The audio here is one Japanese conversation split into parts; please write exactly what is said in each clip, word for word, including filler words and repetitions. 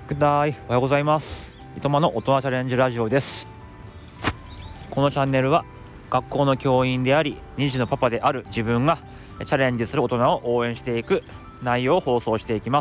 グッダイ、おはようございます。いとまの大人チャレンジラジオです。このチャンネルは学校の教員でありに児のパパである自分がチャレンジする大人を応援していく内容を放送していきます。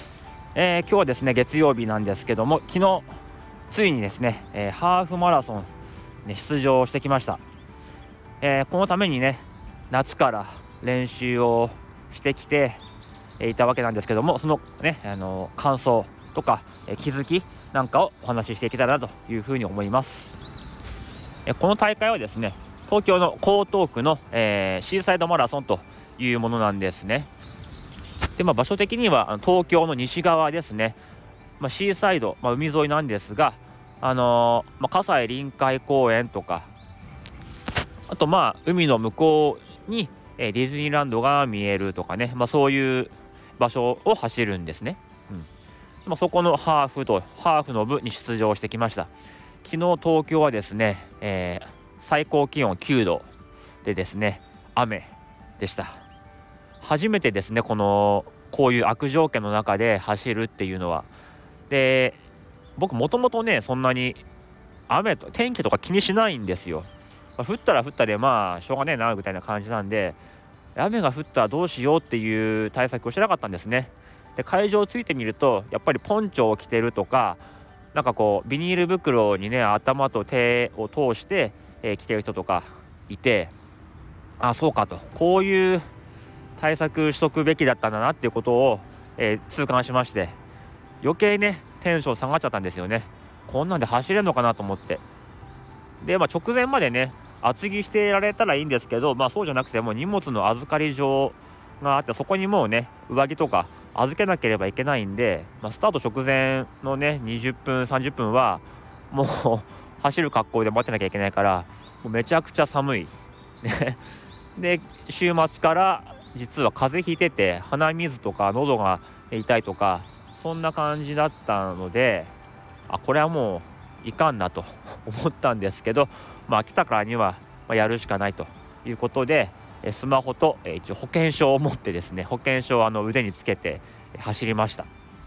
えー、今日はですね月曜日なんですけども、昨日ついにですね、えー、ハーフマラソンに出場してきました。えー、このためにね夏から練習をしてきていたわけなんですけども、そのねあの感想とか気づきなんかをお話ししていけたらなというふうに思います。この大会はですね東京の江東区の、えー、シーサイドマラソンというものなんですね。で、まあ、場所的には東京の西側ですね、まあ、シーサイド、まあ、海沿いなんですが、あのーまあ、葛西臨海公園とか、あとまあ海の向こうに、えー、ディズニーランドが見えるとかね、まあ、そういう場所を走るんですね。うんまあ、そこのハーフとハーフの部に出場してきました。昨日東京はですね、えー、最高気温きゅうどでですね雨でした。初めてですねこのこういう悪条件の中で走るっていうのは。で僕もともとねそんなに雨と天気とか気にしないんですよ。まあ、降ったら降ったでまあしょうがねえなみたいな感じなんで、雨が降ったらどうしようっていう対策をしてなかったんですね。で会場ついてみるとやっぱりポンチョを着てるとか、なんかこうビニール袋にね頭と手を通して、えー、着てる人とかいて、あそうかと、こういう対策しとくべきだったんだなっていうことを、えー、痛感しまして、余計ねテンション下がっちゃったんですよね。こんなんで走れるのかなと思って。で、まあ、直前までね厚着してられたらいいんですけど、まあそうじゃなくてもう荷物の預かり場があって、そこにもうね上着とか預けなければいけないんで、まあ、スタート直前のねにじゅっぷんさんじゅっぷんはもう走る格好で待ってなきゃいけないから、もうめちゃくちゃ寒いで週末から実は風邪ひいてて鼻水とか喉が痛いとかそんな感じだったので、あこれはもういかんなと思ったんですけど、まあ来たからにはやるしかないということで、スマホと一応保険証を持ってですね、保険証をあの腕につけて走りました。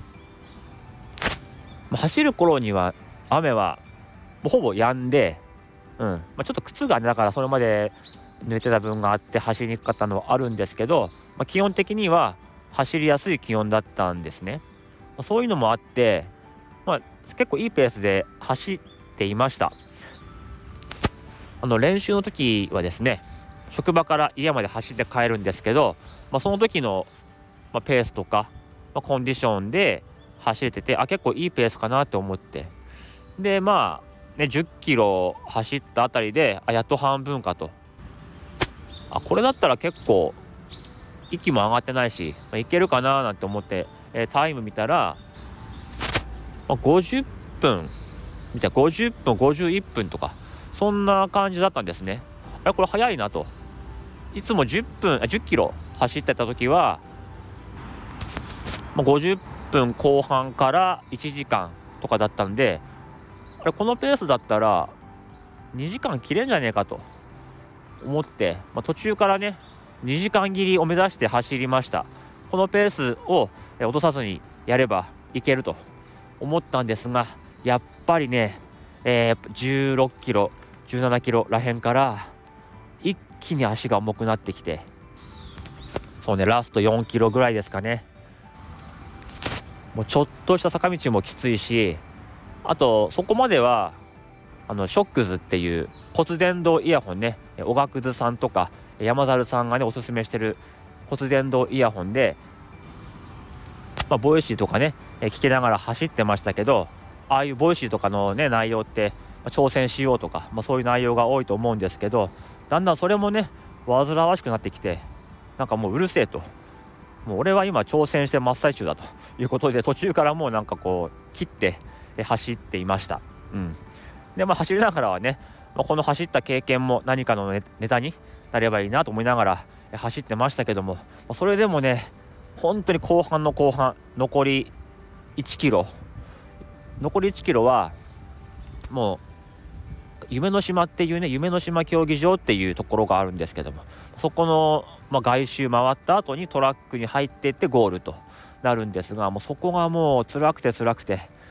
走る頃には雨はもうほぼ止んで、うんまあ、ちょっと靴がねだからそれまで濡れてた分があって走りにくかったのはあるんですけど、まあ、基本的には走りやすい気温だったんですね。まあ、そういうのもあって、まあ、結構いいペースで走っていました。あの練習の時はですね職場から家まで走って帰るんですけど、まあ、その時の、まあ、ペースとか、まあ、コンディションで走れてて、あ結構いいペースかなと思って、でまあねじゅっキロ走ったあたりであやっと半分かと、あこれだったら結構息も上がってないし、まあ、いけるかななんて思って、えー、タイム見たら、まあ、ごじゅっぷんみたいなごじゅっぷんごじゅういっぷんとかそんな感じだったんですね。あれこれ早いなと。いつもじゅっぷんあじゅっキロ走ってた時は、まあ、ごじゅっぷんこう半からいちじかんとかだったんで、あれこのペースだったらにじかん切れんじゃねえかと思って、まあ、途中からねにじかん切りを目指して走りました。このペースを落とさずにやればいけると思ったんですが、やっぱりね、えー、じゅうろっキロじゅうななキロらへんから一気に足が重くなってきて、そうねラストよんキロぐらいですかね、もうちょっとした坂道もきついし、あとそこまではあのショックズっていう骨伝導イヤホンね、おがくずさんとか山猿さんがねおすすめしてる骨伝導イヤホンで、まあ、ボイシーとかね聞きながら走ってましたけど、ああいうボイシーとかのね内容って挑戦しようとか、まあ、そういう内容が多いと思うんですけど、だんだんそれもね煩わしくなってきて、なんかもううるせえと、もう俺は今挑戦して真っ最中だということで、途中からもうなんかこう切って走っていました。うんでまあ走りながらはね、まあ、この走った経験も何かのネタになればいいなと思いながら走ってましたけども、それでもね本当に後半の後半残りいちキロ残りいちキロはもう夢の島っていうね夢の島競技場っていうところがあるんですけども、そこの、まあ、外周回った後にトラックに入っていってゴールとなるんですが、もうそこがもう辛くて辛くて、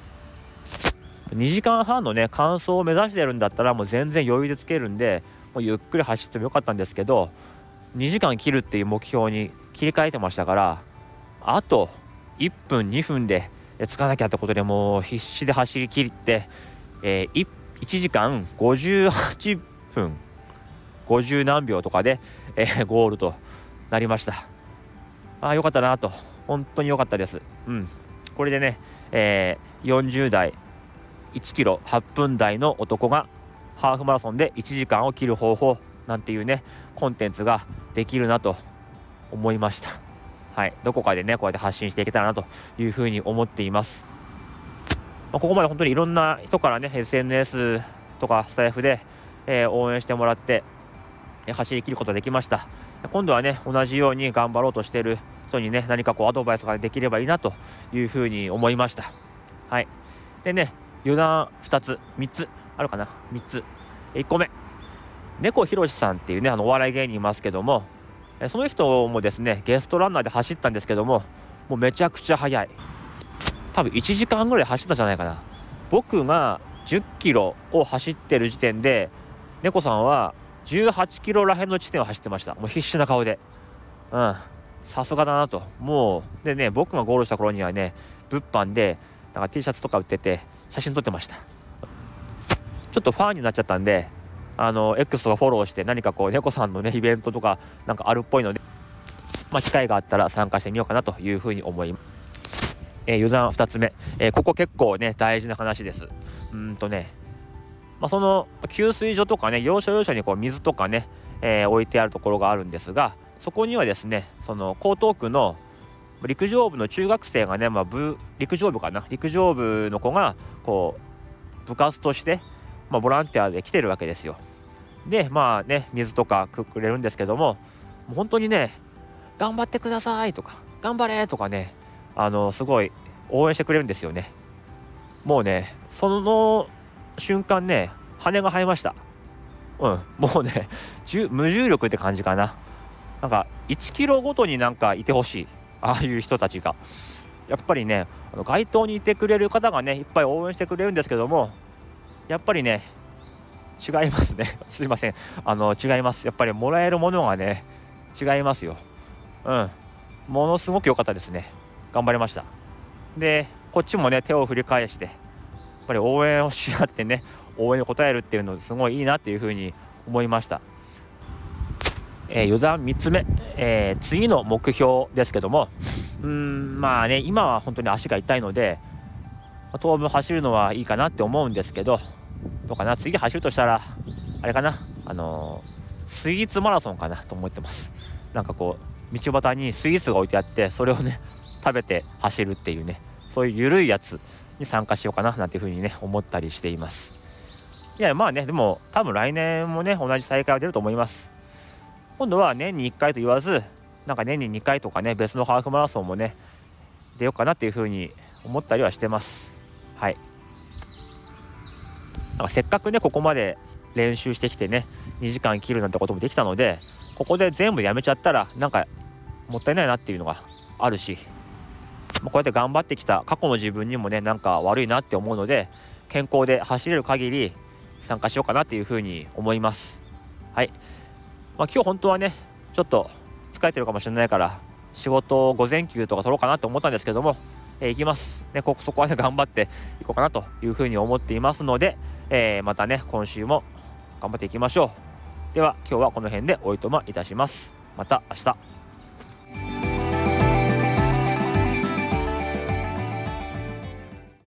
にじかんはんのね完走を目指してるんだったらもう全然余裕でつけるんで、もうゆっくり走ってもよかったんですけど、にじかん切るっていう目標に切り替えてましたから、あといっぷんにふんでつかなきゃってことでもう必死で走り切って、えー、いちじかんごじゅうはっぷんごじゅうなんびょうとかで、えー、ゴールとなりました。あーよかったなと、本当によかったです。うん、これでね、えー、よんじゅうだいいちキロはっぷんだいの男がハーフマラソンでいちじかんを切る方法なんていうねコンテンツができるなと思いました。はい、どこかでねこうやって発信していけたらなというふうに思っています。まあ、ここまで本当にいろんな人からね エスエヌエス とかスタイフで、えー、応援してもらって走り切ることができました。今度はね同じように頑張ろうとしている人にね何かこうアドバイスができればいいなというふうに思いました。はい、でね余談ふたつみっつあるかな。みっつ、いっこめ、猫ひろしさんっていうねあのお笑い芸人いますけども、その人もですねゲストランナーで走ったんですけども、もうめちゃくちゃ速い、多分いちじかんぐらい走ったじゃないかな。僕がじゅっキロを走ってる時点で猫さんはじゅうはちキロらへんの地点を走ってました。もう必死な顔で、うんさすがだなと。もうでね僕がゴールした頃にはね物販でなんか T シャツとか売ってて写真撮ってました。ちょっとファンになっちゃったんで、あの X とかフォローして何かこう猫さんのねイベントとかなんかあるっぽいので、まあ、機会があったら参加してみようかなというふうに思います。えー、余談ふたつめ、えー、ここ結構ね大事な話です。うーんとね、まあ、その給水所とかね要所要所にこう水とかね、えー、置いてあるところがあるんですが、そこにはですねその江東区の陸上部の中学生がね、まあ、部陸上部かな陸上部の子がこう部活として、まあ、ボランティアで来てるわけですよ。でまあね水とかくれるんですけども、もう本当にね頑張ってくださいとか頑張れとかね、あのすごい応援してくれるんですよね。もうねその瞬間ね羽が生えました。うんもうね無重力って感じかな。なんかいちキロごとになんかいてほしい、ああいう人たちが。やっぱりねあの街頭にいてくれる方がねいっぱい応援してくれるんですけども、やっぱりね違いますねすいません、あの違います。やっぱりもらえるものがね違いますよ。うんものすごく良かったですね。頑張りました。でこっちもね手を振り返してやっぱり応援をし合ってね応援に応えるっていうのすごいいいなっていうふうに思いました。えー、余談みっつめ、えー、次の目標ですけども、うーんまあね今は本当に足が痛いので当分走るのはいいかなって思うんですけど、どうかな、次走るとしたらあれかな、あのー、スイーツマラソンかなと思ってます。なんかこう道端にスイーツが置いてあってそれをね食べて走るっていうね、そういう緩いやつに参加しようかななんていうふうにね思ったりしています。いやまあねでも多分来年もね同じ大会は出ると思います。今度は年にいっかいと言わずなんか年ににかいとかね別のハーフマラソンもね出ようかなっていうふうに思ったりはしてます。はい、なんかせっかくねここまで練習してきてねにじかん切るなんてこともできたので、ここで全部やめちゃったらなんかもったいないなっていうのがあるし、こうやって頑張ってきた過去の自分にもねなんか悪いなって思うので、健康で走れる限り参加しようかなっていうふうに思います。はい、まあ、今日本当はねちょっと疲れてるかもしれないから仕事午前休とか取ろうかなと思ったんですけども、えー、行きますね。ここそこはね頑張っていこうかなというふうに思っていますので、えー、またね今週も頑張っていきましょう。では今日はこの辺でおいとまいたします。また明日。